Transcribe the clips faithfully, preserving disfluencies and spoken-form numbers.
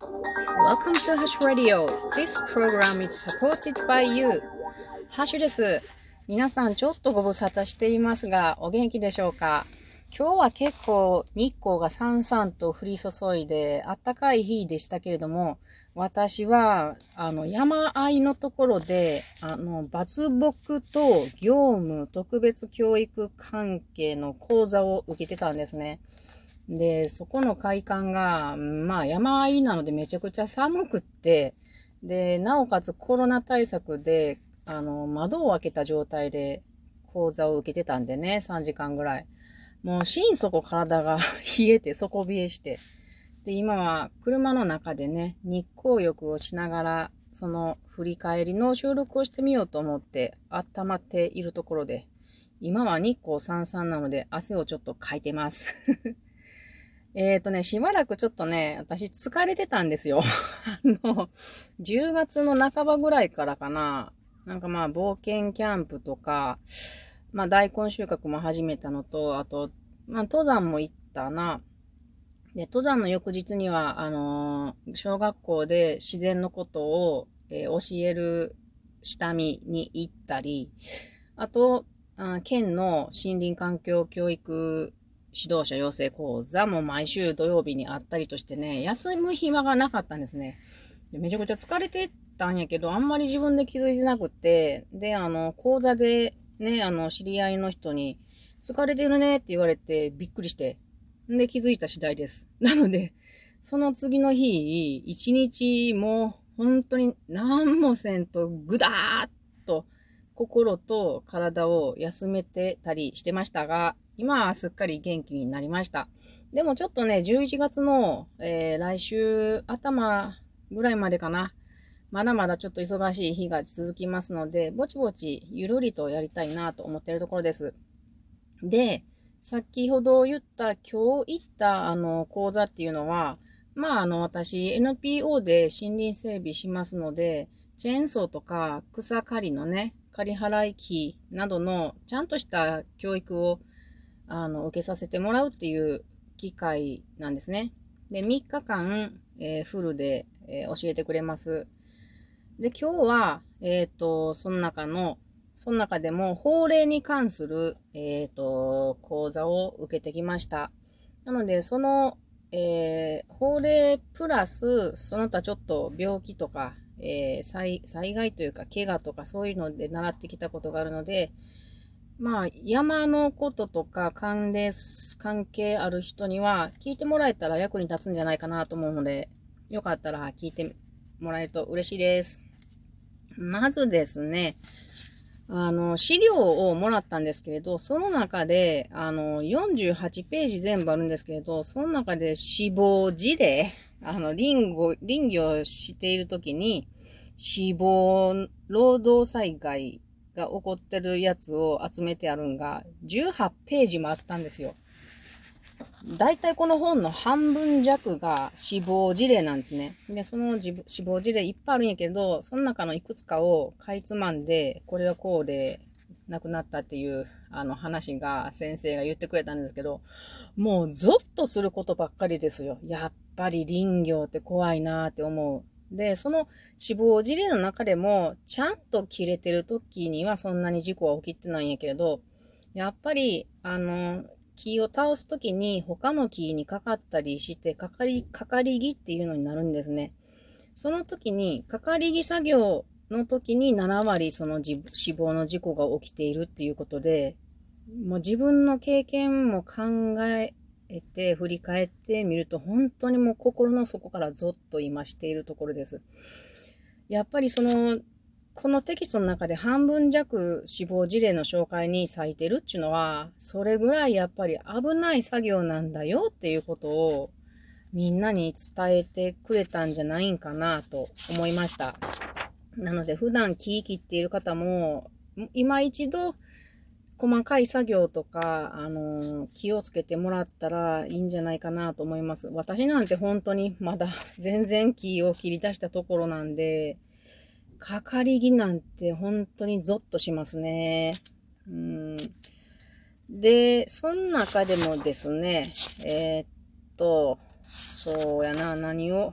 Welcome to Hash Radio. This program is supported by you. ハッシュです。皆さんちょっとご無沙汰していますが、お元気でしょうか？今日は結構日光がさんさんと降り注いで暖かい日でしたけれども、私はあの山あいのところであの抜木と業務特別教育関係の講座を受けてたんですね。で、そこの会館が、まあ山あいなのでめちゃくちゃ寒くって、で、なおかつコロナ対策で、あの、窓を開けた状態で講座を受けてたんでね、さんじかんぐらい。もう心底体が冷えて底冷えして。で、今は車の中でね、日光浴をしながら、その振り返りの収録をしてみようと思って温まっているところで、今は日光さんさんなので汗をちょっとかいてます。えーとね、しばらくちょっとね、私疲れてたんですよ。あの、じゅうがつの半ばぐらいからかな。なんかまあ、冒険キャンプとか、まあ、大根収穫も始めたのと、あと、まあ、登山も行ったな。で、登山の翌日には、あのー小学校で自然のことを、えー教える下見に行ったり、あと、あ県の森林環境教育指導者養成講座も毎週土曜日にあったりとしてね、休む暇がなかったんですね。でめちゃくちゃ疲れてたんやけど、あんまり自分で気づいてなくて、で、あの、講座でね、あの、知り合いの人に、疲れてるねって言われてびっくりして、で、気づいた次第です。なので、その次の日、一日もう本当に何もせんとぐだーっと心と体を休めてたりしてましたが、今はすっかり元気になりました。でもちょっとね、じゅういちがつの、えー、来週頭ぐらいまでかな。まだまだちょっと忙しい日が続きますので、ぼちぼちゆるりとやりたいなと思っているところです。で、先ほど言った、今日行ったあの講座っていうのは、まああの私 エヌピーオー で森林整備しますので、チェーンソーとか草刈りのね、刈り払い機などのちゃんとした教育をあの受けさせてもらうっていう機会なんですね。で、みっかかん、えーフルで、えー教えてくれます。で、今日は、えっと、その中の、その中でも法令に関する、えっと、講座を受けてきました。なので、その、えー法令プラス、その他ちょっと病気とか、えー災、災害というか、怪我とかそういうので習ってきたことがあるので、まあ、山のこととか関連、関係ある人には聞いてもらえたら役に立つんじゃないかなと思うので、よかったら聞いてもらえると嬉しいです。まずですね、あの、資料をもらったんですけれど、その中で、あの、よんじゅうはちページ全部あるんですけれど、その中で死亡事例、あの、林業、林業をしているときに、死亡、労働災害が起こってるやつを集めてあるんが、じゅうはちページもあったんですよ。だいたいこの本の半分弱が死亡事例なんですね。で、その死亡事例いっぱいあるんやけど、その中のいくつかをかいつまんで、これはこうで亡くなったっていうあの話が先生が言ってくれたんですけど、もうゾッとすることばっかりですよ。やっぱり林業って怖いなーって思う。で、その死亡事例の中でも、ちゃんと切れてる時にはそんなに事故は起きてないんやけれど、やっぱり、あの、木を倒すときに他の木にかかったりして、かかり、かかり木っていうのになるんですね。その時に、かかり木作業の時になな割その死亡の事故が起きているっていうことで、もう自分の経験も考えて、振り返ってみると、本当にもう心の底からゾッと今しているところです。やっぱりその、このテキストの中で半分弱死亡事例の紹介に割いてるっていうのは、それぐらいやっぱり危ない作業なんだよっていうことをみんなに伝えてくれたんじゃないんかなと思いました。なので普段木切っている方も、今一度細かい作業とか、あのー気をつけてもらったらいいんじゃないかなと思います。私なんて本当にまだ全然木を切り出したところなんで、かかり木なんて本当にゾッとしますね。うん。で、その中でもですね、えーっと、そうやな、何を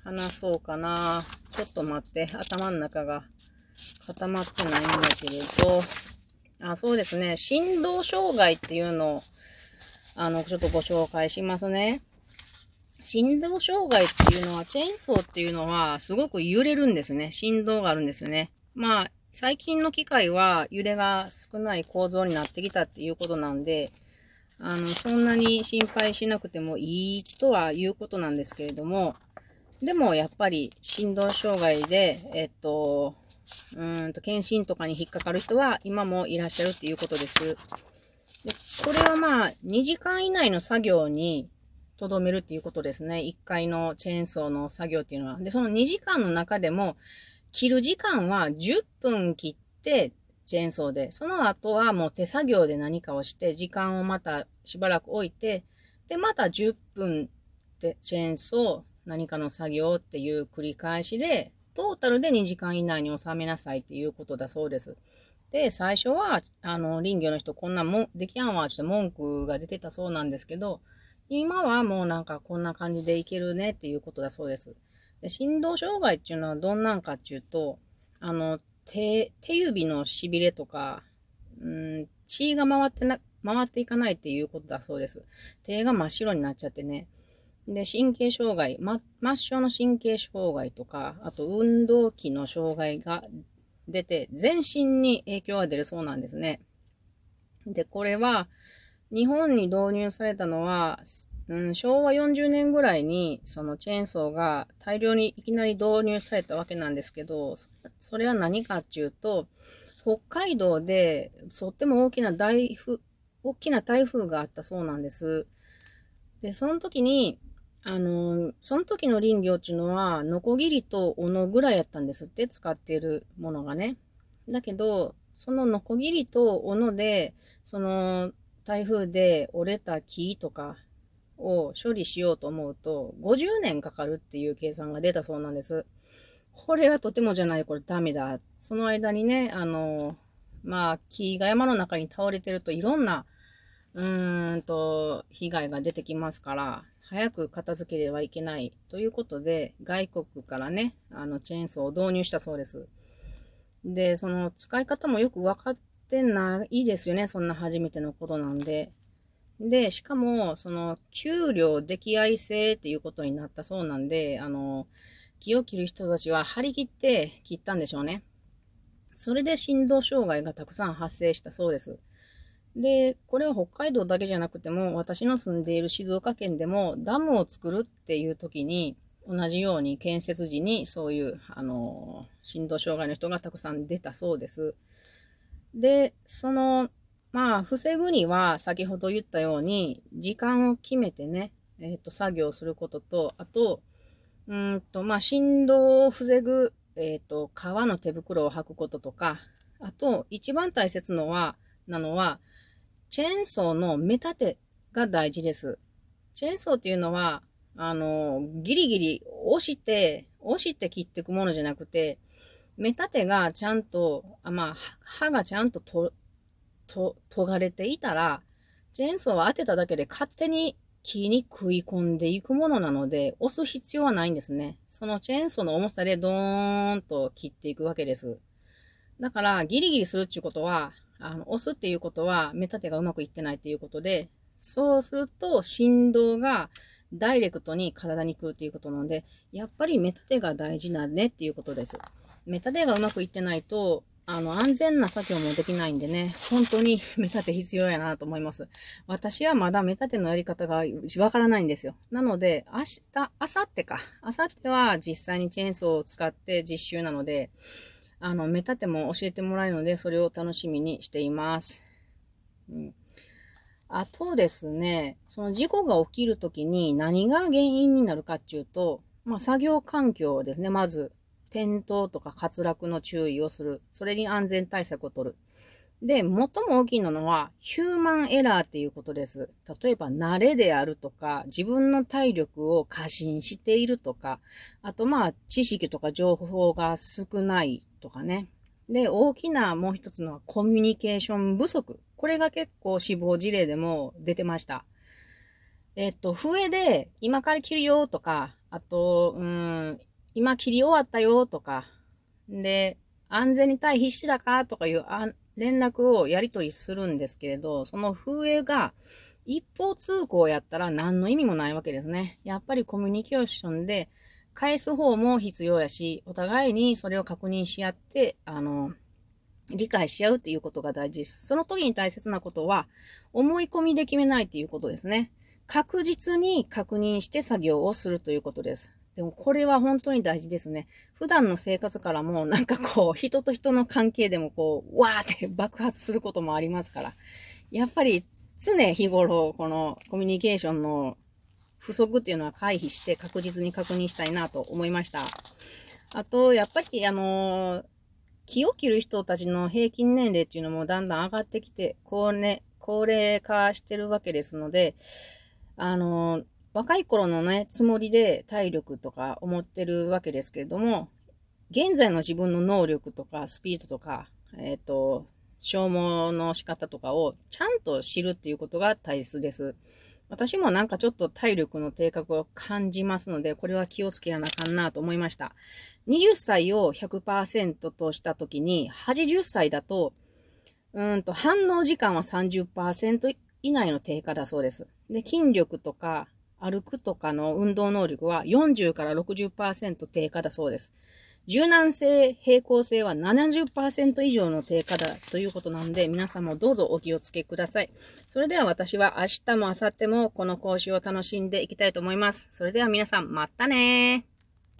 話そうかな。ちょっと待って。頭の中が固まってないんだけれど。あ、そうですね。振動障害っていうのを、あの、ちょっとご紹介しますね。振動障害っていうのは、チェーンソーっていうのは、すごく揺れるんですね。振動があるんですよね。まあ、最近の機械は揺れが少ない構造になってきたっていうことなんで、あの、そんなに心配しなくてもいいとはいうことなんですけれども、でもやっぱり振動障害で、えっと、うーんと、検診とかに引っかかる人は今もいらっしゃるっていうことです。で、これはまあ、にじかん以内の作業にとどめるっていうことですね。いっかいのチェーンソーの作業っていうのは。で、そのにじかんの中でも、切る時間はじゅっぷん切って、チェーンソーで。その後はもう手作業で何かをして、時間をまたしばらく置いて、で、またじゅっぷんでチェーンソー、何かの作業っていう繰り返しで、トータルでにじかん以内に収めなさいっていうことだそうです。で、最初は、あの、林業の人こんなもん、できやんわって文句が出てたそうなんですけど、今はもうなんかこんな感じでいけるねっていうことだそうです。で、振動障害っていうのはどんなんかっていうと、あの、手、手指の痺れとか、うん、血が回ってな、回っていかないっていうことだそうです。手が真っ白になっちゃってね。で、神経障害、ま、末梢の神経障害とか、あと運動器の障害が出て、全身に影響が出るそうなんですね。で、これは、日本に導入されたのは、うん、しょうわよんじゅうねんぐらいに、そのチェーンソーが大量にいきなり導入されたわけなんですけど、それは何かっていうと、北海道で、とっても大きな大風、大きな台風があったそうなんです。で、その時に、あの、その時の林業っていうのは、ノコギリと斧ぐらいやったんですって、使っているものがね。だけど、そのノコギリと斧で、その台風で折れた木とかを処理しようと思うと、ごじゅうねんかかるっていう計算が出たそうなんです。これはとてもじゃない、これダメだ。その間にね、あの、まあ、木が山の中に倒れてるといろんな、うーんと、被害が出てきますから、早く片付ければいけないということで、外国からね、あの、チェーンソーを導入したそうです。で、その使い方もよく分かってないですよね。そんな初めてのことなんで。で、しかも、その、給料溺愛制っていうことになったそうなんで、あの、木を切る人たちは張り切って切ったんでしょうね。それで振動障害がたくさん発生したそうです。で、これは北海道だけじゃなくても、私の住んでいる静岡県でもダムを作るっていう時に、同じように建設時にそういう、あの、振動障害の人がたくさん出たそうです。で、その、まあ、防ぐには、先ほど言ったように、時間を決めてね、えっと、作業することと、あと、うんと、まあ、振動を防ぐ、えっと、革の手袋を履くこととか、あと、一番大切のは、なのは、チェーンソーの目立てが大事です。チェーンソーっていうのは、あの、ギリギリ押して、押して切っていくものじゃなくて、目立てがちゃんと、あまあ、刃がちゃんとと、と、研がれていたら、チェーンソーは当てただけで勝手に木に食い込んでいくものなので、押す必要はないんですね。そのチェーンソーの重さでドーンと切っていくわけです。だから、ギリギリするっていうことは、あの、押すっていうことは、目立てがうまくいってないっていうことで、そうすると、振動がダイレクトに体に来るっていうことなので、やっぱり目立てが大事なんねっていうことです。目立てがうまくいってないと、あの、安全な作業もできないんでね、本当に目立て必要やなと思います。私はまだ目立てのやり方がわからないんですよ。なので、明日、明後日か。明後日は実際にチェーンソーを使って実習なので、あの、目立ても教えてもらえるので、それを楽しみにしています。うん。あとですね、その事故が起きるときに何が原因になるかっていうと、まあ、作業環境ですね。まず、転倒とか滑落の注意をする。それに安全対策を取る。で、最も大きいのは、ヒューマンエラーっていうことです。例えば、慣れであるとか、自分の体力を過信しているとか、あと、まあ、知識とか情報が少ないとかね。で、大きなもう一つのはコミュニケーション不足。これが結構死亡事例でも出てました。えっと、笛で、今から切るよとか、あと、うん、 今切り終わったよとか、で、安全に対必死だかとかいう連絡をやり取りするんですけれど、その風営が一方通行やったら何の意味もないわけですね。やっぱりコミュニケーションで返す方も必要やし、お互いにそれを確認し合って、あの、理解し合うっていうことが大事です。その時に大切なことは、思い込みで決めないっていうことですね。確実に確認して作業をするということです。でもこれは本当に大事ですね。普段の生活からもなんかこう、人と人の関係でもこう、わーって爆発することもありますから。やっぱり常日頃、このコミュニケーションの不足っていうのは回避して確実に確認したいなと思いました。あと、やっぱりあのー、木を切る人たちの平均年齢っていうのもだんだん上がってきて、高齢、高齢化してるわけですので、あの、若い頃のね、つもりで体力とか思ってるわけですけれども、現在の自分の能力とかスピードとか、えっと、消耗の仕方とかをちゃんと知るっていうことが大切です。私もなんかちょっと体力の低下を感じますので、これは気をつけやなあかんなと思いました。はたちを ひゃくパーセント としたときに、はちじゅっさいだと、うんと、反応時間は さんじゅっパーセント 以内の低下だそうです。で、筋力とか歩くとかの運動能力はよんじゅうから ろくじゅっパーセント 低下だそうです。柔軟性、平行性は ななじゅっパーセント 以上の低下だということなので、皆さんもどうぞお気をつけください。それでは私は明日も明後日もこの講習を楽しんでいきたいと思います。それでは皆さん、またねー。